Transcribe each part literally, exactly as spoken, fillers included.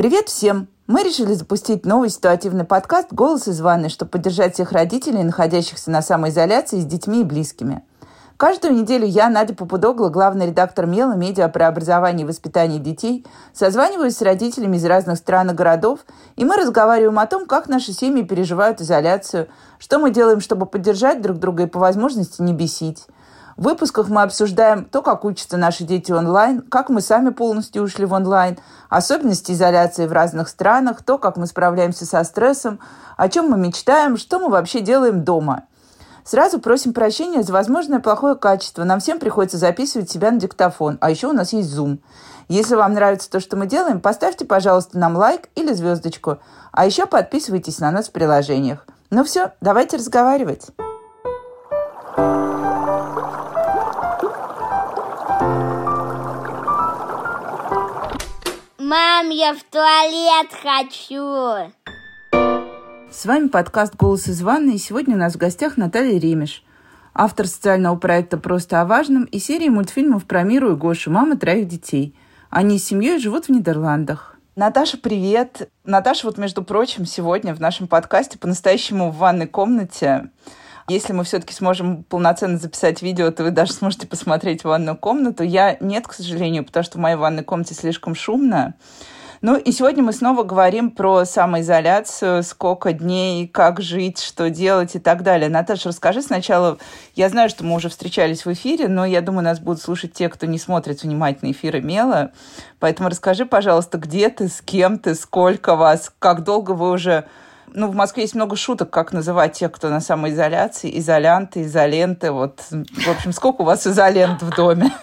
Привет всем! Мы решили запустить новый ситуативный подкаст «Голос из ванной», чтобы поддержать всех родителей, находящихся на самоизоляции с детьми и близкими. Каждую неделю я, Надя Попудогла, главный редактор МЕЛа, медиа про образование и воспитание детей, созваниваюсь с родителями из разных стран и городов, и мы разговариваем о том, как наши семьи переживают изоляцию, что мы делаем, чтобы поддержать друг друга и по возможности не бесить. В выпусках мы обсуждаем то, как учатся наши дети онлайн, как мы сами полностью ушли в онлайн, особенности изоляции в разных странах, то, как мы справляемся со стрессом, о чем мы мечтаем, что мы вообще делаем дома. Сразу просим прощения за возможное плохое качество. Нам всем приходится записывать себя на диктофон, а еще у нас есть Zoom. Если вам нравится то, что мы делаем, поставьте, пожалуйста, нам лайк или звездочку, а еще подписывайтесь на нас в приложениях. Ну все, давайте разговаривать. Мам, я в туалет хочу. С вами подкаст «Голос из ванной», и сегодня у нас в гостях Наталья Ремеш, автор социального проекта «Просто о важном» и серии мультфильмов про Миру и Гошу, мама троих детей. Они с семьей живут в Нидерландах. Наташа, привет! Наташа, вот, между прочим, сегодня в нашем подкасте по-настоящему в ванной комнате. Если мы все-таки сможем полноценно записать видео, то вы даже сможете посмотреть ванную комнату. Я нет, к сожалению, потому что в моей ванной комнате слишком шумно. Ну и сегодня мы снова говорим про самоизоляцию, сколько дней, как жить, что делать и так далее. Наташа, расскажи сначала, я знаю, что мы уже встречались в эфире, но я думаю, нас будут слушать те, кто не смотрит внимательно эфиры МЕЛа. Поэтому расскажи, пожалуйста, где ты, с кем ты, сколько вас, как долго вы уже... Ну, в Москве есть много шуток, как называть тех, кто на самоизоляции, изолянты, изоленты. Вот, в общем, сколько у вас изолент в доме?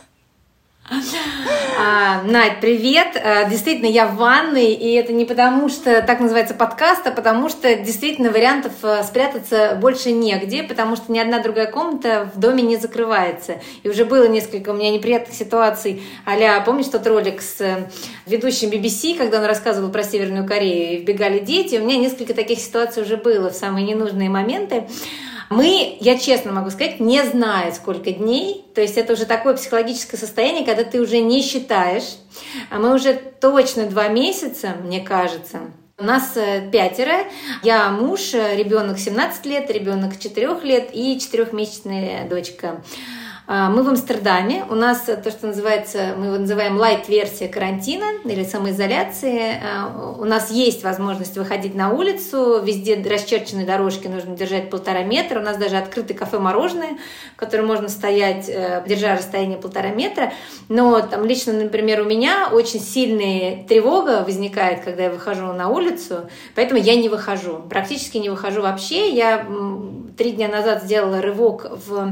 А, Надь, привет! Действительно, я в ванной, и это не потому, что так называется подкаст, а потому что действительно вариантов спрятаться больше негде, потому что ни одна другая комната в доме не закрывается. И уже было несколько у меня неприятных ситуаций, а-ля, помнишь тот ролик с ведущим би би си, когда он рассказывал про Северную Корею, и вбегали дети? У меня несколько таких ситуаций уже было в самые ненужные моменты. Мы, я честно могу сказать, не знаю, сколько дней. То есть это уже такое психологическое состояние, когда ты уже не считаешь. А мы уже точно два месяца, мне кажется. У нас пятеро. Я муж, ребенок семнадцать лет, ребенок четырех лет и четырехмесячная дочка. Мы в Амстердаме. У нас то, что называется, мы его называем лайт-версия карантина или самоизоляции. У нас есть возможность выходить на улицу. Везде расчерчены дорожки, нужно держать полтора метра. У нас даже открыты кафе-мороженое, в котором можно стоять, держа расстояние полтора метра. Но там лично, например, у меня очень сильная тревога возникает, когда я выхожу на улицу, поэтому я не выхожу. Практически не выхожу вообще. Я три дня назад сделала рывок в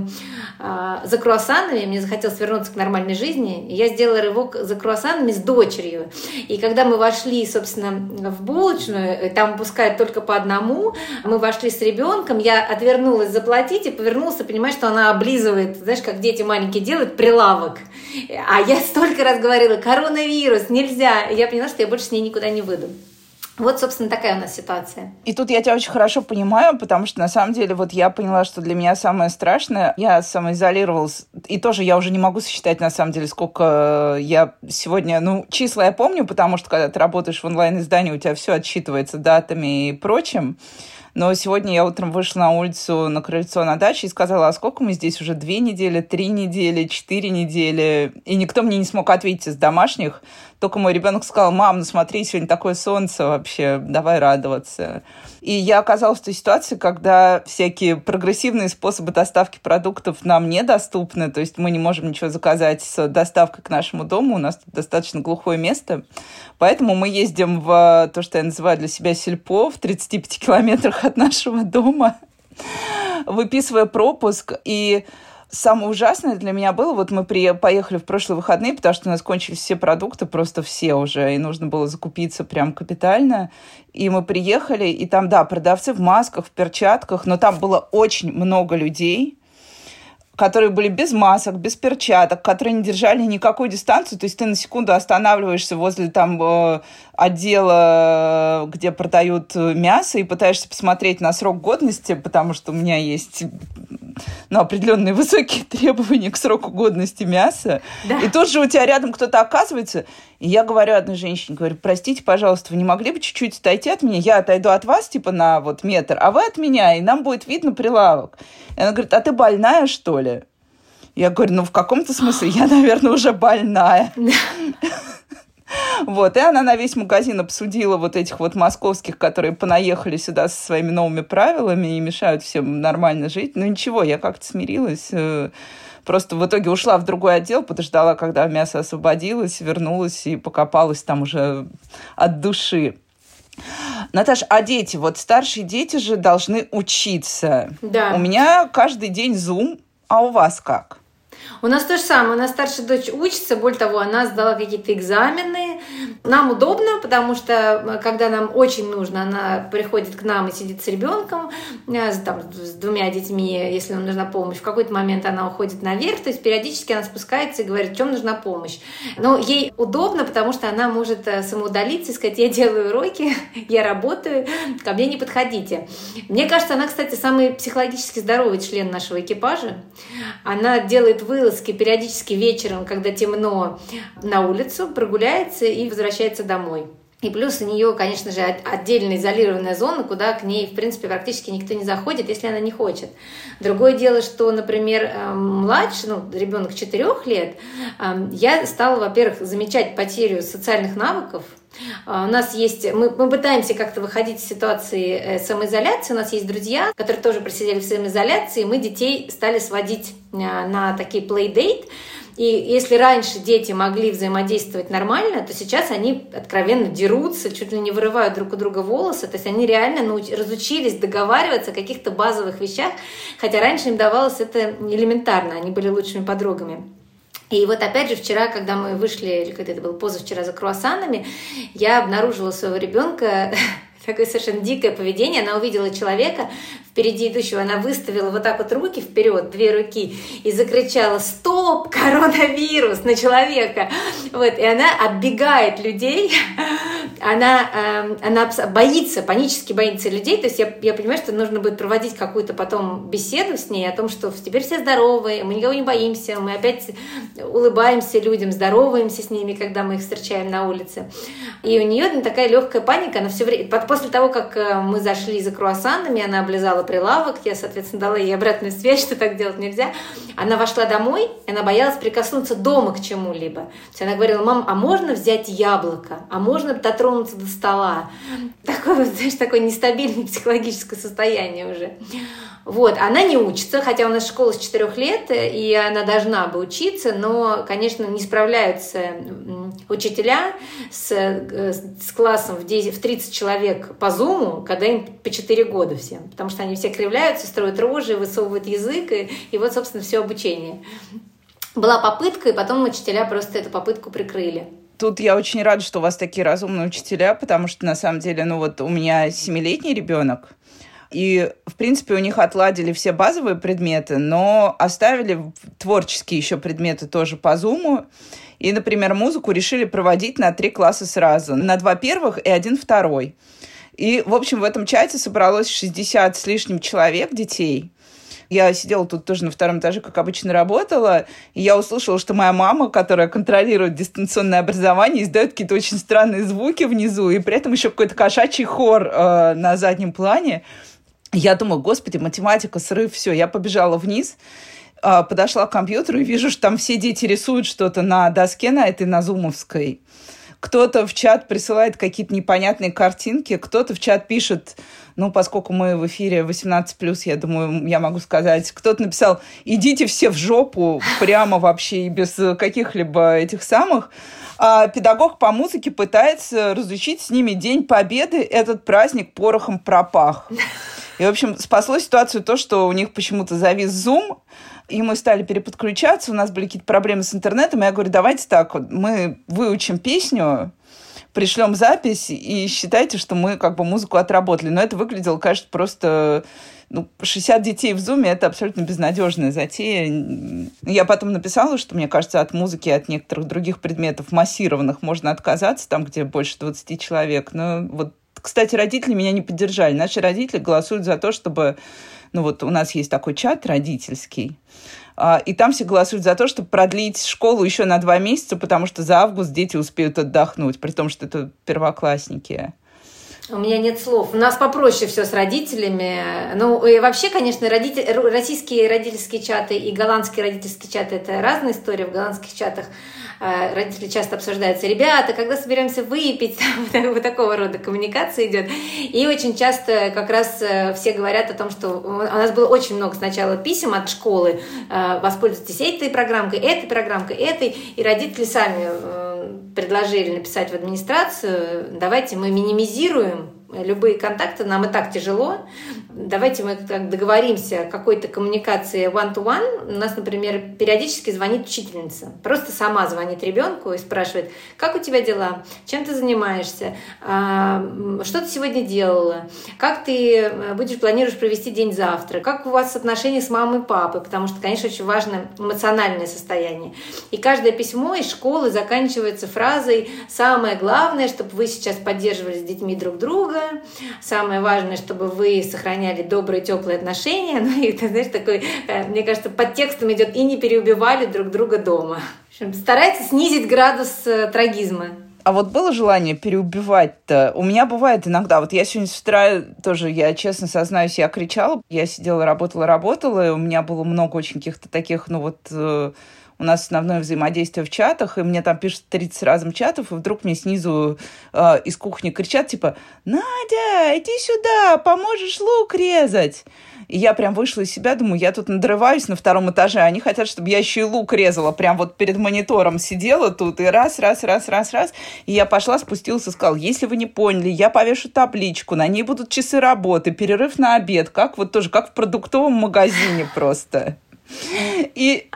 за круассанами, мне захотелось вернуться к нормальной жизни, и я сделала рывок за круассанами с дочерью. И когда мы вошли, собственно, в булочную, там пускают только по одному, мы вошли с ребенком, я отвернулась заплатить и повернулась, и понимаю, что она облизывает, знаешь, как дети маленькие делают, прилавок. А я столько раз говорила: коронавирус, нельзя. И я поняла, что я больше с ней никуда не выйду. Вот, собственно, такая у нас ситуация. И тут я тебя очень хорошо понимаю, потому что, на самом деле, вот я поняла, что для меня самое страшное, я самоизолировалась, и тоже я уже не могу сосчитать, на самом деле, сколько я сегодня, ну, числа я помню, потому что, когда ты работаешь в онлайн-издании, у тебя все отсчитывается датами и прочим. Но сегодня я утром вышла на улицу, на крыльцо на даче и сказала: а сколько мы здесь уже? Две недели, три недели, четыре недели. И никто мне не смог ответить из домашних. Только мой ребенок сказал: мам, ну смотри, сегодня такое солнце вообще, давай радоваться. И я оказалась в той ситуации, когда всякие прогрессивные способы доставки продуктов нам недоступны. То есть мы не можем ничего заказать с доставкой к нашему дому. У нас тут достаточно глухое место. Поэтому мы ездим в то, что я называю для себя сельпо, в тридцати пяти километрах от нашего дома, выписывая пропуск. И самое ужасное для меня было, вот мы при... поехали в прошлые выходные, потому что у нас кончились все продукты, просто все уже, и нужно было закупиться прям капитально. И мы приехали, и там, да, продавцы в масках, в перчатках, но там было очень много людей, которые были без масок, без перчаток, которые не держали никакой дистанцию. То есть ты на секунду останавливаешься возле там отдела, где продают мясо, и пытаешься посмотреть на срок годности, потому что у меня есть ну, определенные высокие требования к сроку годности мяса. Да. И тут же у тебя рядом кто-то оказывается. И я говорю одной женщине, говорю, простите, пожалуйста, вы не могли бы чуть-чуть отойти от меня? Я отойду от вас, типа, на вот метр, а вы от меня, и нам будет видно прилавок. И она говорит, а ты больная, что ли? Я говорю, ну, в каком-то смысле я, наверное, уже больная. Вот, и она на весь магазин обсудила вот этих вот московских, которые понаехали сюда со своими новыми правилами и мешают всем нормально жить. Но ничего, я как-то смирилась. Просто в итоге ушла в другой отдел, подождала, когда мясо освободилось, вернулась и покопалась там уже от души. Наташ, а дети? Вот старшие дети же должны учиться. Да. У меня каждый день Zoom, а у вас как? У нас то же самое. У нас старшая дочь учится, более того, она сдала какие-то экзамены. Нам удобно, потому что, когда нам очень нужно, она приходит к нам и сидит с ребенком, там, с двумя детьми, если нам нужна помощь. В какой-то момент она уходит наверх, то есть периодически она спускается и говорит, в чем нужна помощь. Но ей удобно, потому что она может самоудалиться и сказать, я делаю уроки, я работаю, ко мне не подходите. Мне кажется, она, кстати, самый психологически здоровый член нашего экипажа. Она делает вылазки периодически вечером, когда темно, на улицу, прогуляется и возвращается домой. И плюс у нее, конечно же, отдельная изолированная зона, куда к ней, в принципе, практически никто не заходит, если она не хочет. Другое дело, что, например, младший, ну, ребенок четырех лет, я стала, во-первых, замечать потерю социальных навыков. У нас есть, мы, мы пытаемся как-то выходить из ситуации самоизоляции. У нас есть друзья, которые тоже просидели в самоизоляции. Мы детей стали сводить на такие плейдейт. И если раньше дети могли взаимодействовать нормально, то сейчас они откровенно дерутся, чуть ли не вырывают друг у друга волосы. То есть они реально науч- разучились договариваться о каких-то базовых вещах, хотя раньше им давалось это элементарно, они были лучшими подругами. И вот опять же вчера, когда мы вышли, или когда это было позавчера за круассанами, я обнаружила своего ребенка такое совершенно дикое поведение. Она увидела человека впереди идущего, она выставила вот так вот руки вперед, две руки, и закричала «Стоп! Коронавирус!» на человека. Вот, и она оббегает людей, она, э, она боится, панически боится людей. То есть я, я понимаю, что нужно будет проводить какую-то потом беседу с ней о том, что теперь все здоровые, мы никого не боимся, мы опять улыбаемся людям, здороваемся с ними, когда мы их встречаем на улице. И у нее такая легкая паника, она все время... После того, как мы зашли за круассанами, она облизала прилавок, я, соответственно, дала ей обратную связь, что так делать нельзя. Она вошла домой, и она боялась прикоснуться дома к чему-либо. То есть она говорила: мам, а можно взять яблоко? А можно дотронуться до стола? Такое, вот, знаешь, такое нестабильное психологическое состояние уже. Вот, она не учится, хотя у нас школа с четырех лет, и она должна бы учиться, но, конечно, не справляются учителя с, с классом в тридцать человек по зуму, когда им по четыре года всем, потому что они все кривляются, строят рожи, высовывают язык, и, и вот, собственно, все обучение. Была попытка, и потом учителя просто эту попытку прикрыли. Тут я очень рада, что у вас такие разумные учителя, потому что, на самом деле, ну вот у меня семилетний ребенок, и, в принципе, у них отладили все базовые предметы, но оставили творческие еще предметы тоже по Зуму. И, например, музыку решили проводить на три класса сразу. На два первых и один второй. И, в общем, в этом чате собралось шестьдесят с лишним человек, детей. Я сидела тут тоже на втором этаже, как обычно, работала, и я услышала, что моя мама, которая контролирует дистанционное образование, издает какие-то очень странные звуки внизу, и при этом еще какой-то кошачий хор э, на заднем плане. Я думаю, господи, математика, срыв, все. Я побежала вниз, э, подошла к компьютеру и вижу, что там все дети рисуют что-то на доске, на этой, на зумовской. Кто-то в чат присылает какие-то непонятные картинки, кто-то в чат пишет, ну, поскольку мы в эфире восемнадцать плюс, я думаю, я могу сказать, кто-то написал: идите все в жопу, прямо вообще и без каких-либо этих самых. А педагог по музыке пытается разучить с ними День Победы, этот праздник порохом пропах. И, в общем, спасло ситуацию то, что у них почему-то завис Zoom, и мы стали переподключаться, у нас были какие-то проблемы с интернетом, и я говорю, давайте так, вот, мы выучим песню, пришлем запись, и считайте, что мы как бы музыку отработали. Но это выглядело, конечно, просто... Ну, шестьдесят детей в Зуме – это абсолютно безнадежная затея. Я потом написала, что, мне кажется, от музыки, от некоторых других предметов массированных можно отказаться, там, где больше двадцати человек. Но вот, к кстати, родители меня не поддержали. Наши родители голосуют за то, чтобы... Ну вот у нас есть такой чат родительский, и там все голосуют за то, чтобы продлить школу еще на два месяца, потому что за август дети успеют отдохнуть, при том, что это первоклассники. У меня нет слов. У нас попроще все с родителями. Ну, и вообще, конечно, родитель, российские родительские чаты и голландские родительские чаты – это разные истории. В голландских чатах родители часто обсуждаются. Ребята, когда соберемся выпить, вот такого рода коммуникация идет. И очень часто как раз все говорят о том, что у нас было очень много сначала писем от школы. Воспользуйтесь этой программкой, этой программкой, этой. И родители сами предложили написать в администрацию: давайте мы минимизируем любые контакты, нам и так тяжело. Давайте мы так договоримся о какой-то коммуникации one-to-one. У нас, например, периодически звонит учительница. Просто сама звонит ребенку и спрашивает: как у тебя дела? Чем ты занимаешься? Что ты сегодня делала? Как ты будешь, планируешь провести день завтра? Как у вас отношения с мамой и папой? Потому что, конечно, очень важно эмоциональное состояние. И каждое письмо из школы заканчивается фразой: самое главное, чтобы вы сейчас поддерживали с детьми друг друга. Самое важное, чтобы вы сохраняли добрые, теплые отношения. Ну и, ты знаешь, такой, мне кажется, под текстом идет: и не переубивали друг друга дома. В общем, старайтесь снизить градус трагизма. А вот было желание переубивать-то? У меня бывает иногда. Вот я сегодня с утра тоже, я честно сознаюсь, я кричала. Я сидела, работала, работала, и у меня было много очень каких-то таких, ну вот... У нас основное взаимодействие в чатах, и мне там пишут тридцать разом чатов, и вдруг мне снизу э, из кухни кричат, типа: «Надя, иди сюда, поможешь лук резать». И я прям вышла из себя, думаю, я тут надрываюсь на втором этаже, они хотят, чтобы я еще и лук резала. Прям вот перед монитором сидела тут, и раз, раз, раз, раз, раз. И я пошла, спустилась и сказала: если вы не поняли, я повешу табличку, на ней будут часы работы, перерыв на обед, как вот тоже, как в продуктовом магазине просто. И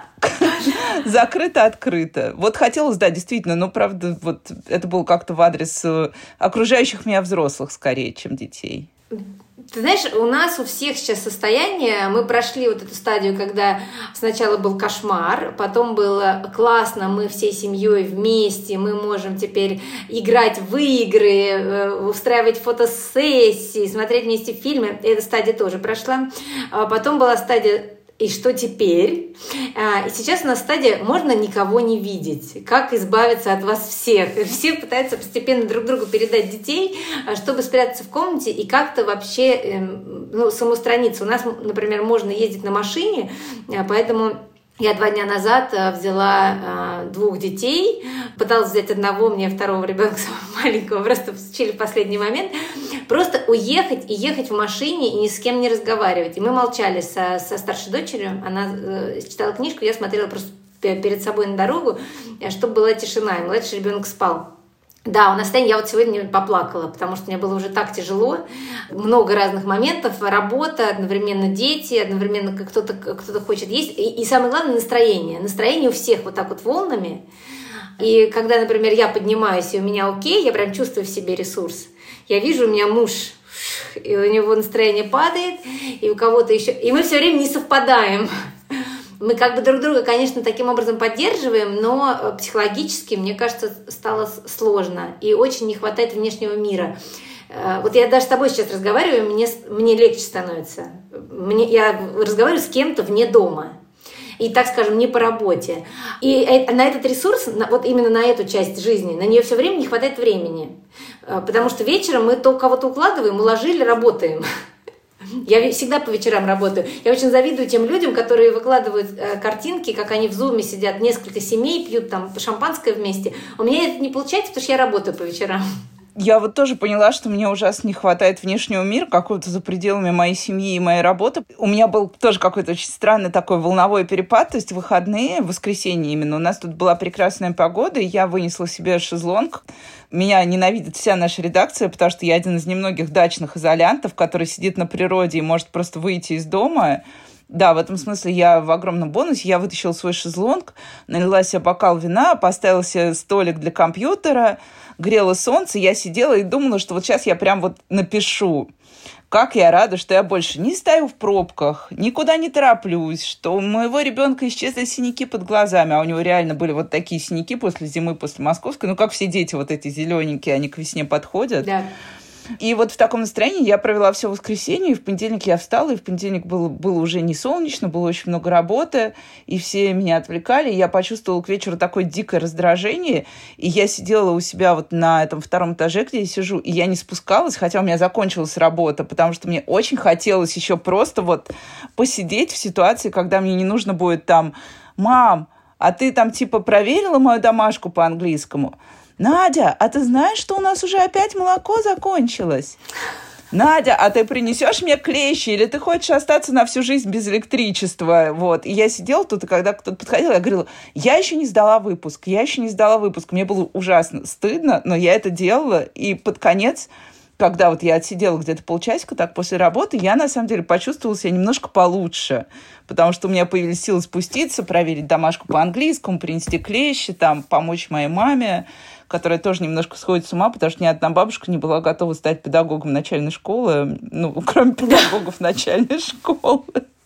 закрыто-открыто. Вот хотелось, да, действительно, но, правда, вот это было как-то в адрес окружающих меня взрослых скорее, чем детей. Ты знаешь, у нас у всех сейчас состояние, мы прошли вот эту стадию, когда сначала был кошмар, потом было классно, мы всей семьей вместе, мы можем теперь играть в игры, устраивать фотосессии, смотреть вместе фильмы. Эта стадия тоже прошла. Потом была стадия: и что теперь? И сейчас у нас стадия: можно никого не видеть. Как избавиться от вас всех? Все пытаются постепенно друг другу передать детей, чтобы спрятаться в комнате и как-то вообще, ну, самоустраниться. У нас, например, можно ездить на машине, поэтому я два дня назад взяла двух детей, пыталась взять одного, мне второго ребенка, самого маленького, просто всучили в последний момент. Просто уехать и ехать в машине и ни с кем не разговаривать. И мы молчали со, со старшей дочерью, она э, читала книжку, я смотрела просто перед собой на дорогу, чтобы была тишина, и младший ребенок спал. Да, у нас я вот сегодня поплакала, потому что мне было уже так тяжело. Много разных моментов. Работа, одновременно дети, одновременно кто-то, кто-то хочет есть. И, и самое главное — настроение. Настроение у всех вот так вот волнами. И когда, например, я поднимаюсь, и у меня окей, я прям чувствую в себе ресурс. Я вижу, у меня муж, и у него настроение падает, и у кого-то еще... И мы все время не совпадаем. Мы как бы друг друга, конечно, таким образом поддерживаем, но психологически, мне кажется, стало сложно. И очень не хватает внешнего мира. Вот я даже с тобой сейчас разговариваю, мне, мне легче становится. Мне, я разговариваю с кем-то вне дома. И, так скажем, не по работе. И на этот ресурс, вот именно на эту часть жизни, на нее все время не хватает времени. Потому что вечером мы то кого-то укладываем, уложили, работаем. Я всегда по вечерам работаю. Я очень завидую тем людям, которые выкладывают картинки, как они в зуме сидят, несколько семей, пьют там шампанское вместе. У меня это не получается, потому что я работаю по вечерам. Я вот тоже поняла, что мне ужасно не хватает внешнего мира, какого-то за пределами моей семьи и моей работы. У меня был тоже какой-то очень странный такой волновой перепад, то есть выходные, в воскресенье именно. У нас тут была прекрасная погода, и я вынесла себе шезлонг. Меня ненавидит вся наша редакция, потому что я один из немногих дачных изолянтов, который сидит на природе и может просто выйти из дома. Да, в этом смысле я в огромном бонусе. Я вытащила свой шезлонг, налила себе бокал вина, поставила себе столик для компьютера, грело солнце, я сидела и думала, что вот сейчас я прям вот напишу, как я рада, что я больше не стою в пробках, никуда не тороплюсь, что у моего ребенка исчезли синяки под глазами, а у него реально были вот такие синяки после зимы, после московской, ну, как все дети вот эти зелененькие, они к весне подходят. Да. И вот в таком настроении я провела все воскресенье, и в понедельник я встала, и в понедельник было, было уже не солнечно, было очень много работы, и все меня отвлекали, и я почувствовала к вечеру такое дикое раздражение, и я сидела у себя вот на этом втором этаже, где я сижу, и я не спускалась, хотя у меня закончилась работа, потому что мне очень хотелось еще просто вот посидеть в ситуации, когда мне не нужно будет там: «Мам, а ты там типа проверила мою домашку по английскому? Надя, а ты знаешь, что у нас уже опять молоко закончилось? Надя, а ты принесешь мне клещи, или ты хочешь остаться на всю жизнь без электричества?» Вот. И я сидела тут, и когда кто-то подходил, я говорила: я еще не сдала выпуск, я еще не сдала выпуск. Мне было ужасно стыдно, но я это делала, и под конец, когда вот я отсидела где-то полчасика так после работы, я на самом деле почувствовала себя немножко получше, потому что у меня появились силы спуститься, проверить домашку по английскому, принести клещи, там, помочь моей маме, которая тоже немножко сходит с ума, потому что ни одна бабушка не была готова стать педагогом начальной школы, ну, кроме педагогов начальной школы.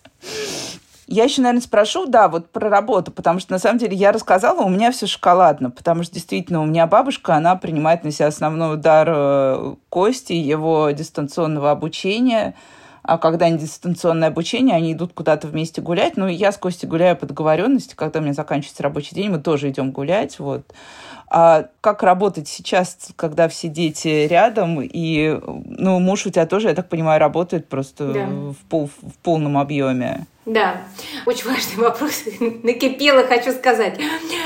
Я еще, наверное, спрошу, да, вот про работу, потому что, на самом деле, я рассказала, у меня все шоколадно, потому что, действительно, у меня бабушка, она принимает на себя основной удар Кости, его дистанционного обучения, а когда не дистанционное обучение, они идут куда-то вместе гулять. Ну, я с Костей гуляю по договоренности, когда у меня заканчивается рабочий день, мы тоже идем гулять, вот. А как работать сейчас, когда все дети рядом, и, ну, муж у тебя тоже, я так понимаю, работает просто да. в, пол, в полном объеме? Да, очень важный вопрос. Накипело, хочу сказать.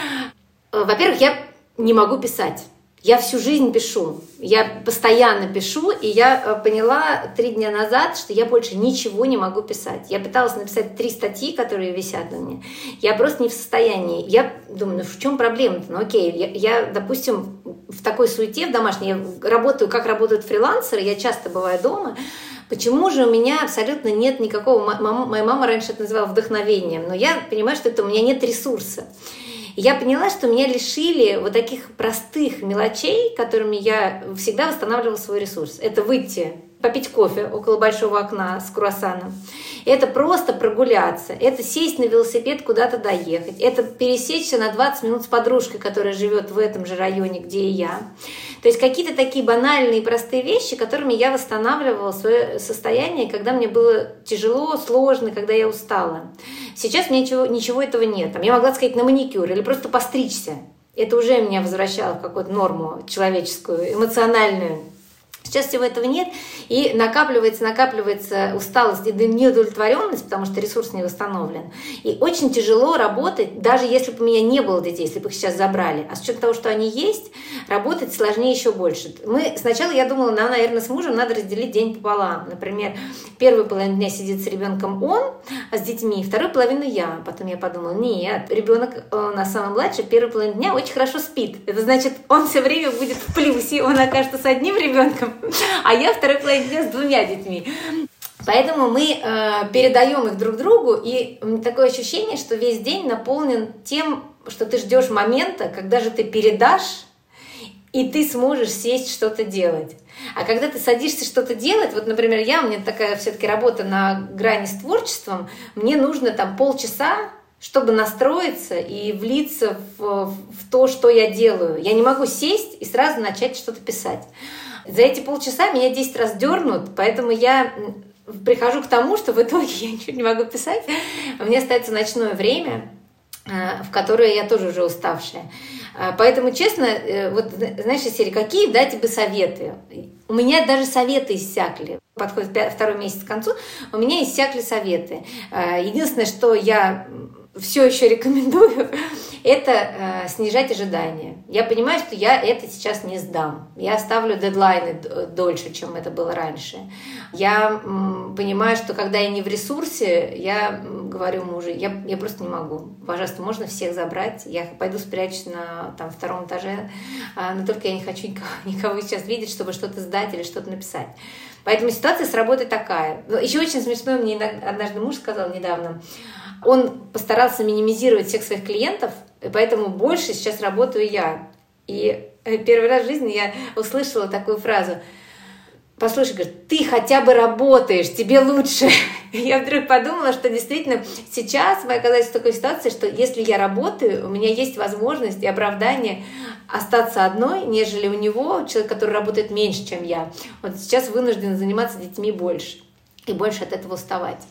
Во-первых, я не могу писать. Я всю жизнь пишу, я постоянно пишу, и я поняла три дня назад, что я больше ничего не могу писать. Я пыталась написать три статьи, которые висят на мне. Я просто не в состоянии. Я думаю, ну в чем проблема-то? Ну окей, я, я, допустим, в такой суете в домашней, я работаю, как работают фрилансеры, я часто бываю дома. Почему же у меня абсолютно нет никакого... Мама, моя мама раньше это называла вдохновением, но я понимаю, что это у меня нет ресурса. И я поняла, что меня лишили вот таких простых мелочей, которыми я всегда восстанавливала свой ресурс. Это выйти, попить кофе около большого окна с круассаном. Это просто прогуляться. Это сесть на велосипед, куда-то доехать. Это пересечься на двадцать минут с подружкой, которая живет в этом же районе, где и я. То есть какие-то такие банальные простые вещи, которыми я восстанавливала свое состояние, когда мне было тяжело, сложно, когда я устала. Сейчас у меня ничего, ничего этого нет. Там, я могла сказать на маникюр или просто постричься. Это уже меня возвращало в какую-то норму человеческую, эмоциональную. Сейчас всего этого нет, и накапливается, накапливается усталость и неудовлетворенность, потому что ресурс не восстановлен. И очень тяжело работать, даже если бы у меня не было детей, если бы их сейчас забрали. А с учетом того, что они есть, работать сложнее еще больше. Мы, сначала я думала, нам, наверное, с мужем надо разделить день пополам. Например, первую половину дня сидит с ребенком он, а с детьми, вторую половину я. Потом я подумала, нет, ребенок у нас самый младший, первую половину дня очень хорошо спит. Это значит, он все время будет в плюсе, он окажется с одним ребенком, а я второй половине дня с двумя детьми. Поэтому мы э, передаем их друг другу, и такое ощущение, что весь день наполнен тем, что ты ждешь момента, когда же ты передашь, и ты сможешь сесть что-то делать. А когда ты садишься что-то делать, вот, например, я, у меня такая все-таки работа на грани с творчеством, мне нужно там полчаса, чтобы настроиться и влиться в, в то, что я делаю. Я не могу сесть и сразу начать что-то писать. За эти полчаса меня десять раз дернут, поэтому я прихожу к тому, что в итоге я ничего не могу писать. У меня остается ночное время, в которое я тоже уже уставшая. Поэтому, честно, вот, знаешь, из серии, какие дать тебе советы? У меня даже советы иссякли. Подходит второй месяц к концу, у меня иссякли советы. Единственное, что я все еще рекомендую, это э, снижать ожидания. Я понимаю, что я это сейчас не сдам. Я ставлю дедлайны дольше, чем это было раньше. Я м, понимаю, что когда я не в ресурсе, я говорю мужу, я, я просто не могу. Пожалуйста, можно всех забрать. Я пойду спрячусь на там, втором этаже, а, но только я не хочу никого, никого сейчас видеть, чтобы что-то сдать или что-то написать. Поэтому ситуация с работой такая. Еще очень смешно, мне однажды муж сказал недавно, он постарался минимизировать всех своих клиентов, и поэтому больше сейчас работаю я. И первый раз в жизни я услышала такую фразу: послушай, говорит, ты хотя бы работаешь, тебе лучше. Я вдруг подумала, что действительно сейчас мы оказались в такой ситуации, что если я работаю, у меня есть возможность и оправдание остаться одной, нежели у него, человек, который работает меньше, чем я. Вот сейчас вынужден заниматься детьми больше и больше от этого уставать.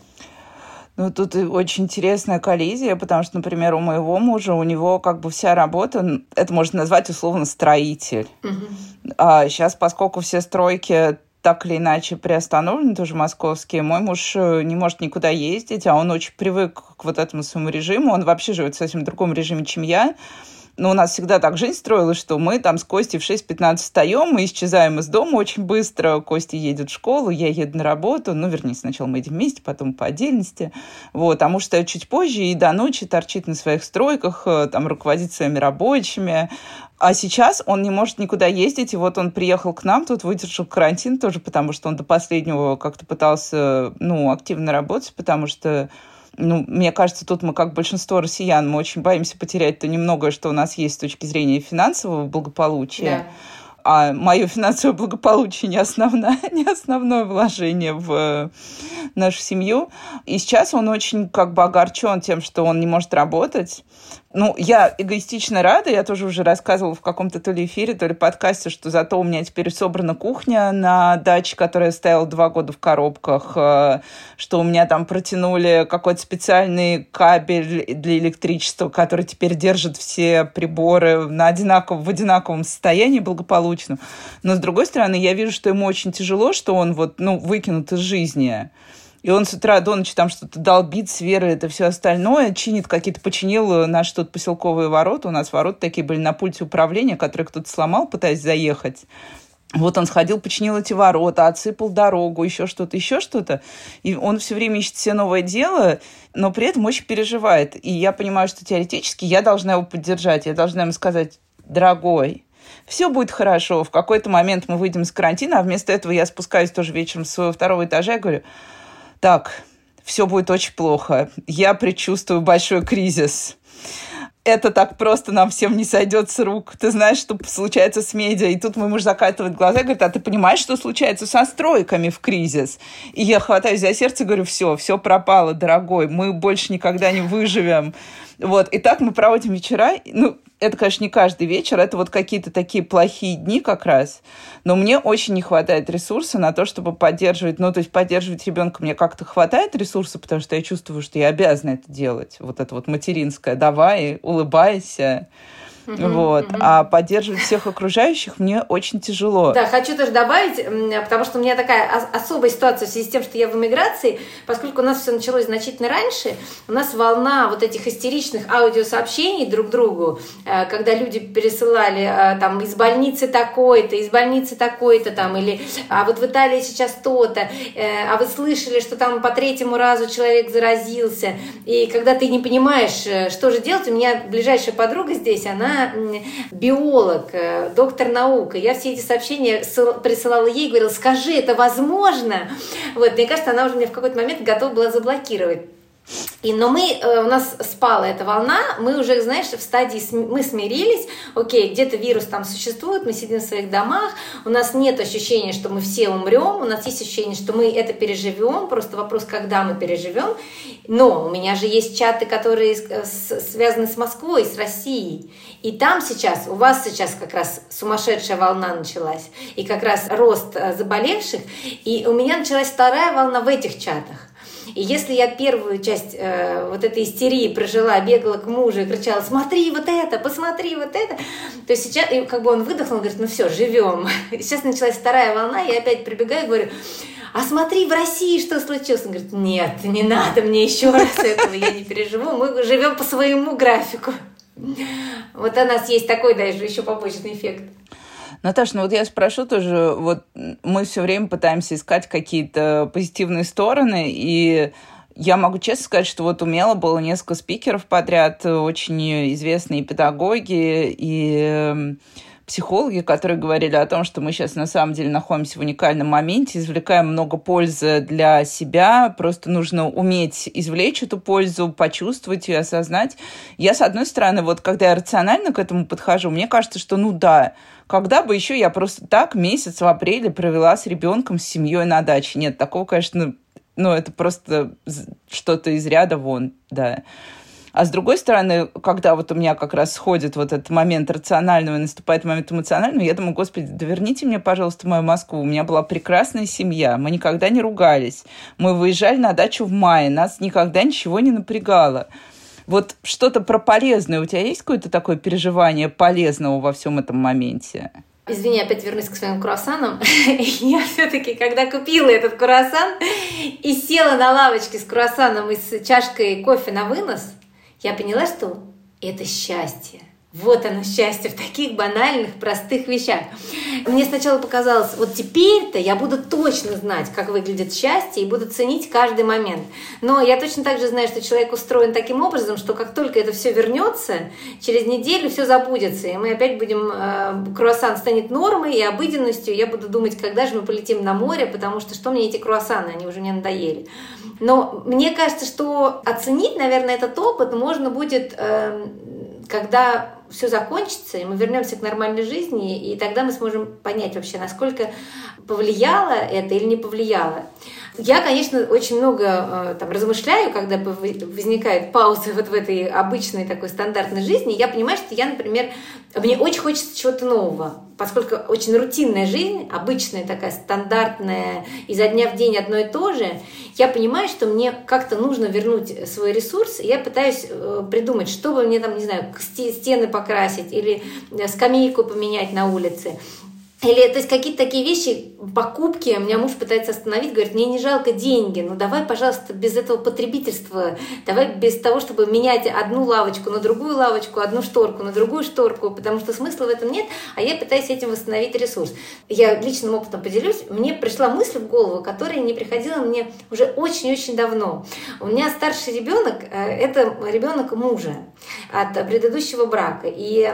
Ну, тут очень интересная коллизия, потому что, например, у моего мужа, у него как бы вся работа, это можно назвать условно строитель. Угу. А сейчас, поскольку все стройки так или иначе приостановлены, тоже московские, мой муж не может никуда ездить, а он очень привык к вот этому своему режиму, он вообще живет в совсем другом режиме, чем я. Но у нас всегда так жизнь строилась, что мы там с Костей в шесть пятнадцать встаем, мы исчезаем из дома очень быстро. Костя едет в школу, я еду на работу. Ну, вернее, сначала мы едем вместе, потом по отдельности. Вот. А муж встает чуть позже и до ночи торчит на своих стройках, там руководит своими рабочими. А сейчас он не может никуда ездить, и вот он приехал к нам, тут выдержал карантин тоже, потому что он до последнего как-то пытался, ну, активно работать, потому что Ну, мне кажется, тут мы, как большинство россиян, мы очень боимся потерять то немногое, что у нас есть с точки зрения финансового благополучия. Да. А мое финансовое благополучие не основное, не основное вложение в нашу семью. И сейчас он очень как бы огорчен тем, что он не может работать. Ну, я эгоистично рада, я тоже уже рассказывала в каком-то то ли эфире, то ли подкасте, что зато у меня теперь собрана кухня на даче, которая стояла два года в коробках, что у меня там протянули какой-то специальный кабель для электричества, который теперь держит все приборы на одинаковом, в одинаковом состоянии благополучно. Но, с другой стороны, я вижу, что ему очень тяжело, что он вот, ну, выкинут из жизни. И он с утра до ночи там что-то долбит, сверы, это все остальное, чинит какие-то, починил наши тут поселковые ворота. У нас ворота такие были на пульте управления, которые кто-то сломал, пытаясь заехать. Вот он сходил, починил эти ворота, отсыпал дорогу, еще что-то, еще что-то. И он все время ищет себе новое дело, но при этом очень переживает. И я понимаю, что теоретически я должна его поддержать. Я должна ему сказать: дорогой, все будет хорошо. В какой-то момент мы выйдем из карантина, а вместо этого я спускаюсь тоже вечером с своего второго этажа и говорю: так, все будет очень плохо. Я предчувствую большой кризис. Это так просто нам всем не сойдет с рук. Ты знаешь, что случается с медиа. И тут мой муж закатывает глаза и говорит: а ты понимаешь, что случается со стройками в кризис? И я хватаюсь за сердце и говорю: все, все пропало, дорогой. Мы больше никогда не выживем. Вот. И так мы проводим вечера. Ну, это, конечно, не каждый вечер, это вот какие-то такие плохие дни как раз. Но мне очень не хватает ресурса на то, чтобы поддерживать. Ну, то есть поддерживать ребенка мне как-то хватает ресурса, потому что я чувствую, что я обязана это делать. Вот это вот материнское: давай, улыбайся. Uh-huh, вот. uh-huh. А поддерживать всех окружающих мне очень тяжело. Да, хочу тоже добавить, потому что у меня такая особая ситуация в связи с тем, что я в эмиграции, поскольку у нас все началось значительно раньше, у нас волна вот этих истеричных аудиосообщений друг другу, когда люди пересылали там из больницы такой-то, из больницы такой-то там, или а вот в Италии сейчас то-то, а вы слышали, что там по третьему разу человек заразился, и когда ты не понимаешь, что же делать, у меня ближайшая подруга здесь, она биолог, доктор наук. Я все эти сообщения присылала ей, говорила: скажи, это возможно? Вот, мне кажется, она уже мне в какой-то момент готова была заблокировать. И, но мы, у нас спала эта волна, мы уже, знаешь, в стадии, мы смирились, окей, где-то вирус там существует, мы сидим в своих домах, у нас нет ощущения, что мы все умрем, у нас есть ощущение, что мы это переживем, просто вопрос, когда мы переживем. Но у меня же есть чаты, которые связаны с Москвой, с Россией, и там сейчас, у вас сейчас как раз сумасшедшая волна началась, и как раз рост заболевших, и у меня началась вторая волна в этих чатах. И если я первую часть э, вот этой истерии прожила, бегала к мужу и кричала: смотри вот это, посмотри вот это, то сейчас, и как бы он выдохнул, говорит: ну все, живем. И сейчас началась вторая волна, я опять прибегаю и говорю: а смотри, в России что случилось? Он говорит: нет, не надо мне еще раз этого, я не переживу, мы живем по своему графику. Вот у нас есть такой даже еще побочный эффект. Наташа, ну вот я спрошу тоже, вот мы все время пытаемся искать какие-то позитивные стороны, и я могу честно сказать, что вот у Мела было несколько спикеров подряд, очень известные педагоги, и психологи, которые говорили о том, что мы сейчас на самом деле находимся в уникальном моменте, извлекаем много пользы для себя, просто нужно уметь извлечь эту пользу, почувствовать ее, осознать. Я, с одной стороны, вот когда я рационально к этому подхожу, мне кажется, что ну да, когда бы еще я просто так месяц в апреле провела с ребенком, с семьей на даче. Нет, такого, конечно, ну это просто что-то из ряда вон, да. А с другой стороны, когда вот у меня как раз сходит вот этот момент рационального и наступает момент эмоционального, я думаю, господи, да верните мне, пожалуйста, мою Москву. У меня была прекрасная семья, мы никогда не ругались. Мы выезжали на дачу в мае, нас никогда ничего не напрягало. Вот что-то про полезное. У тебя есть какое-то такое переживание полезного во всем этом моменте? Извини, опять вернусь к своим круассанам. Я все-таки, когда купила этот круассан и села на лавочке с круассаном и с чашкой кофе на вынос, я поняла, что это счастье. Вот оно, счастье в таких банальных, простых вещах. Мне сначала показалось, вот теперь-то я буду точно знать, как выглядит счастье, и буду ценить каждый момент. Но я точно так же знаю, что человек устроен таким образом, что как только это все вернется, через неделю все забудется, и мы опять будем, э, круассан станет нормой и обыденностью, я буду думать, когда же мы полетим на море, потому что что мне эти круассаны, они уже мне надоели. Но мне кажется, что оценить, наверное, этот опыт можно будет, э, когда все закончится, и мы вернемся к нормальной жизни, и тогда мы сможем понять вообще, насколько повлияло это или не повлияло. Я, конечно, очень много там размышляю, когда возникают паузы вот в этой обычной такой стандартной жизни. Я понимаю, что я, например, мне очень хочется чего-то нового, поскольку очень рутинная жизнь, обычная такая стандартная, изо дня в день одно и то же. Я понимаю, что мне как-то нужно вернуть свой ресурс, и я пытаюсь придумать, что бы мне там, не знаю, стены покрасить или скамейку поменять на улице. Или, то есть, какие-то такие вещи, покупки, меня муж пытается остановить, говорит, мне не жалко деньги, ну давай, пожалуйста, без этого потребительства, давай без того, чтобы менять одну лавочку на другую лавочку, одну шторку на другую шторку, потому что смысла в этом нет, а я пытаюсь этим восстановить ресурс. Я личным опытом поделюсь, мне пришла мысль в голову, которая не приходила мне уже очень-очень давно. У меня старший ребенок, это ребенок мужа от предыдущего брака, и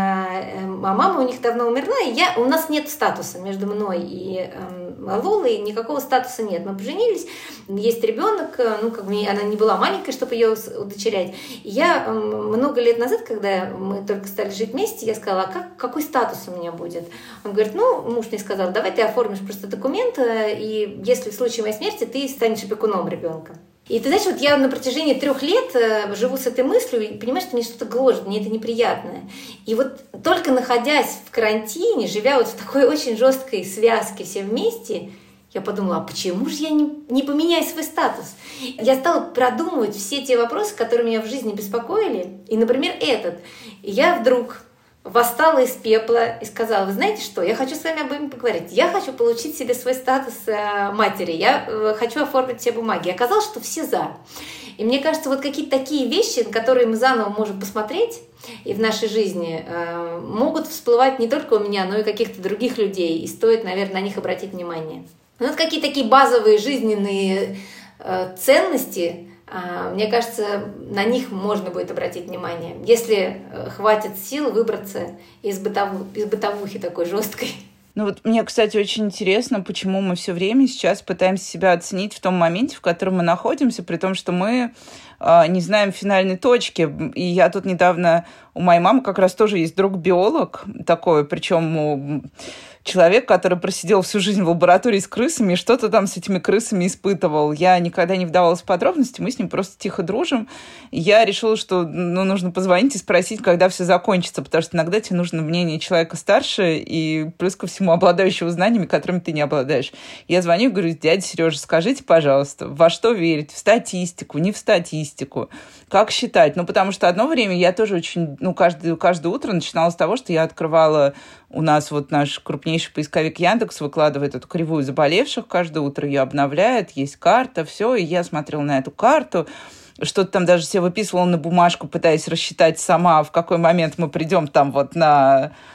мама у них давно умерла, и я, у нас нет статуса между мной и э, Лолой, никакого статуса нет. Мы поженились, есть ребенок, ну, как бы она не была маленькой, чтобы ее удочерять. И я э, много лет назад, когда мы только стали жить вместе, я сказала, а как, какой статус у меня будет? Он говорит, ну, муж мне сказал, давай ты оформишь просто документ, и если в случае моей смерти ты станешь опекуном ребенка. И ты знаешь, вот я на протяжении трех лет живу с этой мыслью и понимаю, что мне что-то гложет, мне это неприятное. И вот только находясь в карантине, живя вот в такой очень жесткой связке все вместе, я подумала, а почему же я не, не поменяю свой статус? Я стала продумывать все те вопросы, которые меня в жизни беспокоили. И, например, этот. И я вдруг восстала из пепла и сказала, вы знаете что, я хочу с вами обоими поговорить. Я хочу получить себе свой статус э, матери, я э, хочу оформить все бумаги. И оказалось, что все за. И мне кажется, вот какие-то такие вещи, на которые мы заново можем посмотреть и в нашей жизни, э, могут всплывать не только у меня, но и каких-то других людей. И стоит, наверное, на них обратить внимание. Ну, вот какие-то такие базовые жизненные э, ценности, мне кажется, на них можно будет обратить внимание, если хватит сил выбраться из, бытову, из бытовухи такой жесткой. Ну вот мне, кстати, очень интересно, почему мы все время сейчас пытаемся себя оценить в том моменте, в котором мы находимся, при том, что мы э, не знаем финальной точки. И я тут недавно... У моей мамы как раз тоже есть друг-биолог такой, причем человек, который просидел всю жизнь в лаборатории с крысами и что-то там с этими крысами испытывал. Я никогда не вдавалась в подробности, мы с ним просто тихо дружим. И я решила, что ну, нужно позвонить и спросить, когда все закончится, потому что иногда тебе нужно мнение человека старше и плюс ко всему обладающего знаниями, которыми ты не обладаешь. Я звоню и говорю, дядя Сережа, скажите, пожалуйста, во что верить? В статистику, не в статистику? Как считать? Ну, потому что одно время я тоже очень, ну, каждое, каждое утро начинала с того, что я открывала у нас вот наш крупнейший поисковик Яндекс выкладывает эту кривую заболевших каждое утро, ее обновляет, есть карта, все, и я смотрела на эту карту, что-то там даже себе выписывала на бумажку, пытаясь рассчитать сама, в какой момент мы придем там вот на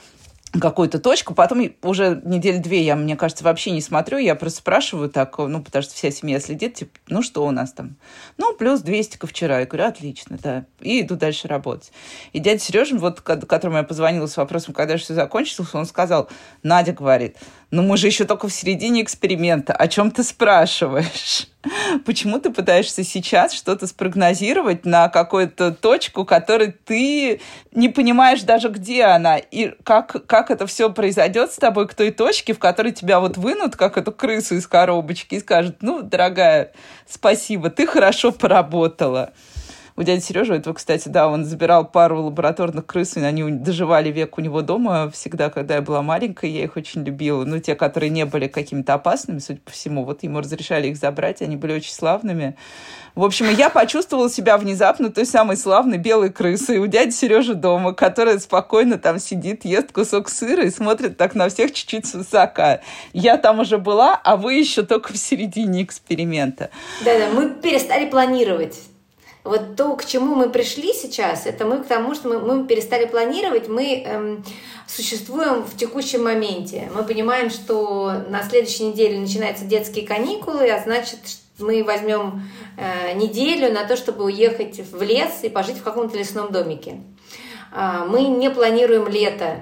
какую-то точку, потом уже недели две я, мне кажется, вообще не смотрю, я просто спрашиваю так, ну, потому что вся семья следит, типа, ну, что у нас там? Ну, плюс двести ко вчера. Я говорю, отлично, да. И иду дальше работать. И дядя Сережа, вот, которому я позвонила с вопросом, когда же все закончилось, он сказал, Надя говорит, ну, мы же еще только в середине эксперимента, о чем ты спрашиваешь? Почему ты пытаешься сейчас что-то спрогнозировать на какую-то точку, которой ты не понимаешь даже, где она, и как, как это все произойдет с тобой к той точке, в которой тебя вот вынут, как эту крысу из коробочки, и скажут, ну, дорогая, спасибо, ты хорошо поработала. У дяди Сережи этого, кстати, да, он забирал пару лабораторных крыс, и они доживали век у него дома всегда, когда я была маленькая, я их очень любила. Ну, те, которые не были какими-то опасными, судя по всему, вот ему разрешали их забрать, они были очень славными. В общем, я почувствовала себя внезапно той самой славной белой крысой у дяди Сережи дома, которая спокойно там сидит, ест кусок сыра и смотрит так на всех чуть-чуть свысока. Я там уже была, а вы еще только в середине эксперимента. Да-да, мы перестали планировать. Вот то, к чему мы пришли сейчас, это мы к тому, что мы, мы перестали планировать, мы эм, существуем в текущем моменте. Мы понимаем, что на следующей неделе начинаются детские каникулы, а значит, мы возьмем э, неделю на то, чтобы уехать в лес и пожить в каком-то лесном домике. Э, мы не планируем лето,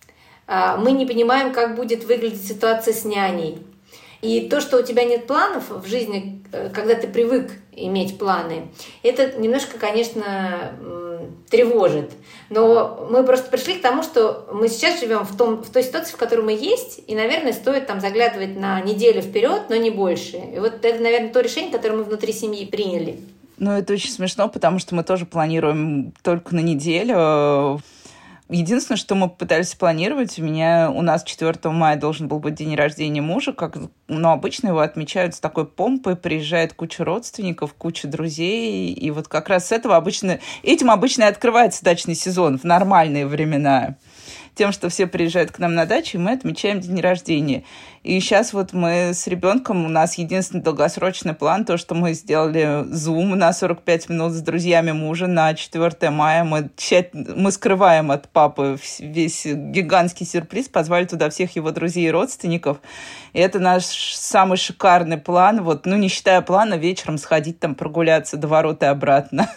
э, мы не понимаем, как будет выглядеть ситуация с няней. И то, что у тебя нет планов в жизни, когда ты привык иметь планы, это немножко, конечно, тревожит. Но мы просто пришли к тому, что мы сейчас живем в, том, в той ситуации, в которой мы есть, и, наверное, стоит там заглядывать на неделю вперед, но не больше. И вот это, наверное, то решение, которое мы внутри семьи приняли. Ну, это очень смешно, потому что мы тоже планируем только на неделю. Единственное, что мы пытались планировать, у меня, у нас четвёртого мая должен был быть день рождения мужа, как, но обычно его отмечают с такой помпой, приезжает куча родственников, куча друзей, и вот как раз с этого обычно, этим обычно и открывается дачный сезон в нормальные времена. Тем, что все приезжают к нам на дачу, и мы отмечаем день рождения. И сейчас вот мы с ребенком, у нас единственный долгосрочный план, то, что мы сделали Zoom на сорок пять минут с друзьями мужа на четвёртого мая. Мы, тщательно, мы скрываем от папы весь гигантский сюрприз, позвали туда всех его друзей и родственников. И это наш самый шикарный план, вот, ну, не считая плана вечером сходить там прогуляться до ворот и обратно.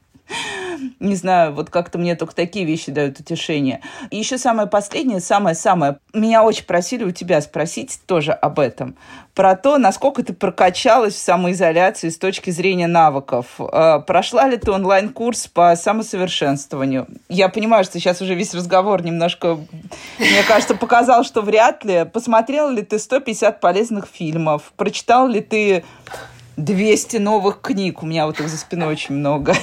Не знаю, вот как-то мне только такие вещи дают утешение. И еще самое последнее, самое-самое. Меня очень просили у тебя спросить тоже об этом. Про то, насколько ты прокачалась в самоизоляции с точки зрения навыков. Прошла ли ты онлайн-курс по самосовершенствованию? Я понимаю, что сейчас уже весь разговор немножко, мне кажется, показал, что вряд ли. Посмотрела ли ты сто пятьдесят полезных фильмов? Прочитал ли ты двести новых книг? У меня вот их за спиной очень много.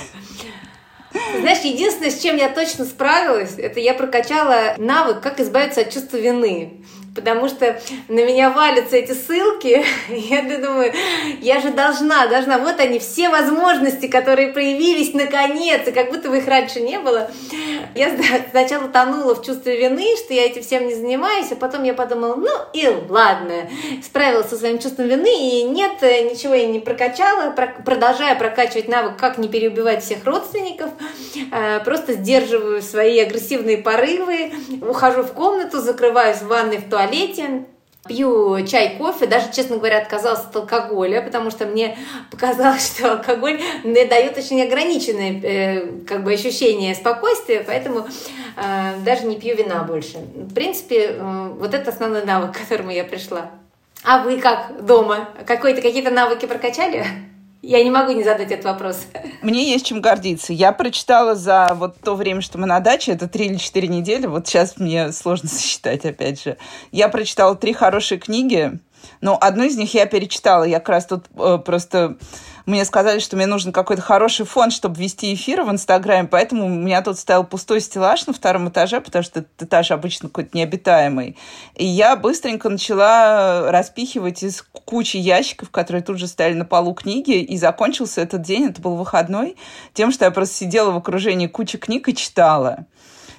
Знаешь, единственное, с чем я точно справилась, это я прокачала навык, как избавиться от чувства вины. Потому что на меня валятся эти ссылки, и я думаю, я же должна, должна. Вот они, все возможности, которые проявились наконец, и как будто бы их раньше не было. Я сначала тонула в чувстве вины, что я этим всем не занимаюсь, а потом я подумала, ну и ладно, справилась со своим чувством вины, и нет, ничего я не прокачала, продолжаю прокачивать навык, как не переубивать всех родственников, просто сдерживаю свои агрессивные порывы, ухожу в комнату, закрываюсь в ванной, в туалете, туалете, пью чай, кофе, даже, честно говоря, отказалась от алкоголя, потому что мне показалось, что алкоголь мне дает очень ограниченное э, как бы ощущение спокойствия, поэтому э, даже не пью вина больше. В принципе, э, вот это основной навык, к которому я пришла. А вы как дома? Какой-то, какие-то навыки прокачали? Я не могу не задать этот вопрос. Мне есть чем гордиться. Я прочитала за вот то время, что мы на даче, это три или четыре недели, вот сейчас мне сложно сосчитать, опять же. Я прочитала три хорошие книги, но одну из них я перечитала. Я как раз тут э, просто... Мне сказали, что мне нужен какой-то хороший фон, чтобы вести эфиры в Инстаграме, поэтому у меня тут стоял пустой стеллаж на втором этаже, потому что этот этаж обычно какой-то необитаемый. И я быстренько начала распихивать из кучи ящиков, которые тут же стояли на полу, книги, и закончился этот день, это был выходной, тем, что я просто сидела в окружении кучи книг и читала.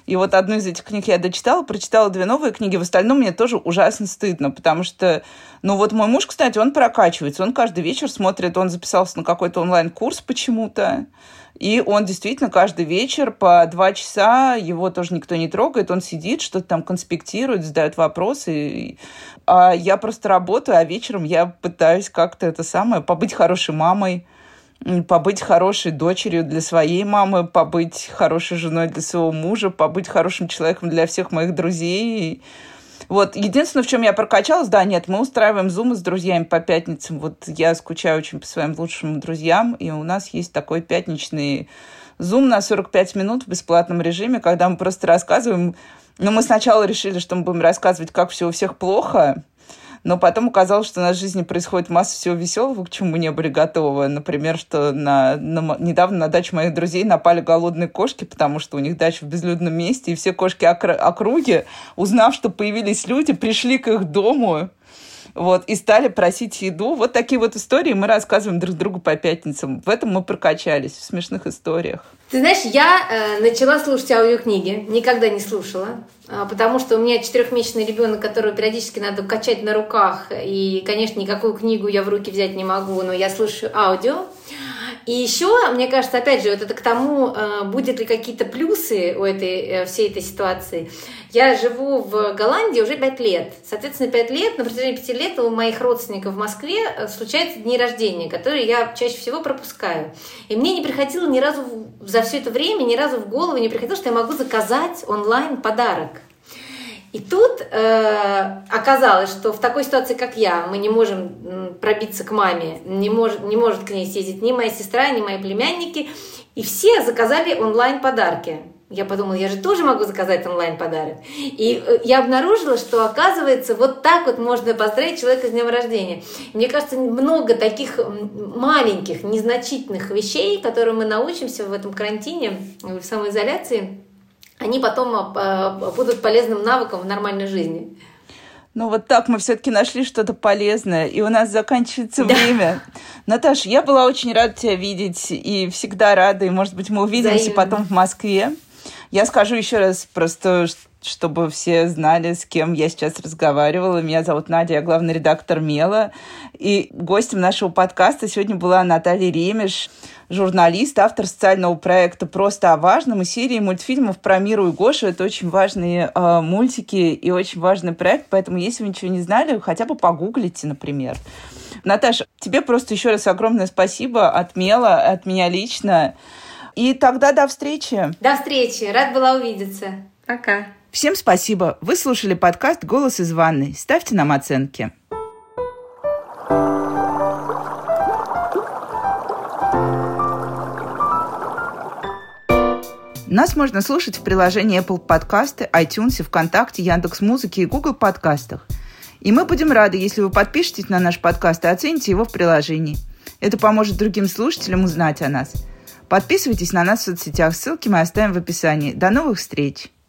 И вот одну из этих книг я дочитала, прочитала две новые книги. В остальном мне тоже ужасно стыдно, потому что, ну вот мой муж, кстати, он прокачивается. Он каждый вечер смотрит, он записался на какой-то онлайн-курс почему-то. И он действительно каждый вечер по два часа, его тоже никто не трогает, он сидит, что-то там конспектирует, задает вопросы. А я просто работаю, а вечером я пытаюсь как-то это самое, побыть хорошей мамой, побыть хорошей дочерью для своей мамы, побыть хорошей женой для своего мужа, побыть хорошим человеком для всех моих друзей. Вот. Единственное, в чем я прокачалась, да, нет, мы устраиваем зумы с друзьями по пятницам. Вот я скучаю очень по своим лучшим друзьям, и у нас есть такой пятничный зум на сорок пять минут в бесплатном режиме, когда мы просто рассказываем. Ну, мы сначала решили, что мы будем рассказывать, как все у всех плохо, но потом оказалось, что в нашей жизни происходит масса всего веселого, к чему мы не были готовы. Например, что на, на, недавно на дачу моих друзей напали голодные кошки, потому что у них дача в безлюдном месте, и все кошки окр- округи, узнав, что появились люди, пришли к их дому, вот, и стали просить еду. Вот такие вот истории мы рассказываем друг другу по пятницам. В этом мы прокачались, в смешных историях. Ты знаешь, я э, начала слушать аудиокниги, никогда не слушала, э, потому что у меня четырехмесячный ребенок, которого периодически надо качать на руках, и, конечно, никакую книгу я в руки взять не могу, но я слушаю аудио. И еще, мне кажется, опять же, вот это к тому, э, будет ли какие-то плюсы у этой, э, всей этой ситуации. Я живу в Голландии уже пять лет. Соответственно, пять лет, на протяжении пяти лет у моих родственников в Москве случаются дни рождения, которые я чаще всего пропускаю. И мне не приходило ни разу за все это время, ни разу в голову не приходило, что я могу заказать онлайн подарок. И тут э, оказалось, что в такой ситуации, как я, мы не можем пробиться к маме, не может, не может к ней съездить ни моя сестра, ни мои племянники. И все заказали онлайн-подарки. Я подумала, я же тоже могу заказать онлайн-подарок. И я обнаружила, что, оказывается, вот так вот можно поздравить человека с днем рождения. Мне кажется, много таких маленьких, незначительных вещей, которые мы научимся в этом карантине, в самоизоляции, они потом будут полезным навыком в нормальной жизни. Ну, вот так мы все-таки нашли что-то полезное, и у нас заканчивается да. время. Наташа, я была очень рада тебя видеть, и всегда рада, и, может быть, мы увидимся Взаимно. потом в Москве. Я скажу еще раз просто, чтобы все знали, с кем я сейчас разговаривала. Меня зовут Надя, я главный редактор «Мела». И гостем нашего подкаста сегодня была Наталья Ремеш, журналист, автор социального проекта «Просто о важном» и серии мультфильмов про Миру и Гошу. Это очень важные э, мультики и очень важный проект, поэтому если вы ничего не знали, хотя бы погуглите, например. Наташа, тебе просто еще раз огромное спасибо от «Мела», от меня лично. И тогда до встречи. До встречи. Рад была увидеться. Пока. Всем спасибо. Вы слушали подкаст «Голос из ванной». Ставьте нам оценки. Нас можно слушать в приложении Apple Подкасты, iTunes, ВКонтакте, Яндекс.Музыке и Google Подкастах. И мы будем рады, если вы подпишетесь на наш подкаст и оцените его в приложении. Это поможет другим слушателям узнать о нас. Подписывайтесь на нас в соцсетях, ссылки мы оставим в описании. До новых встреч!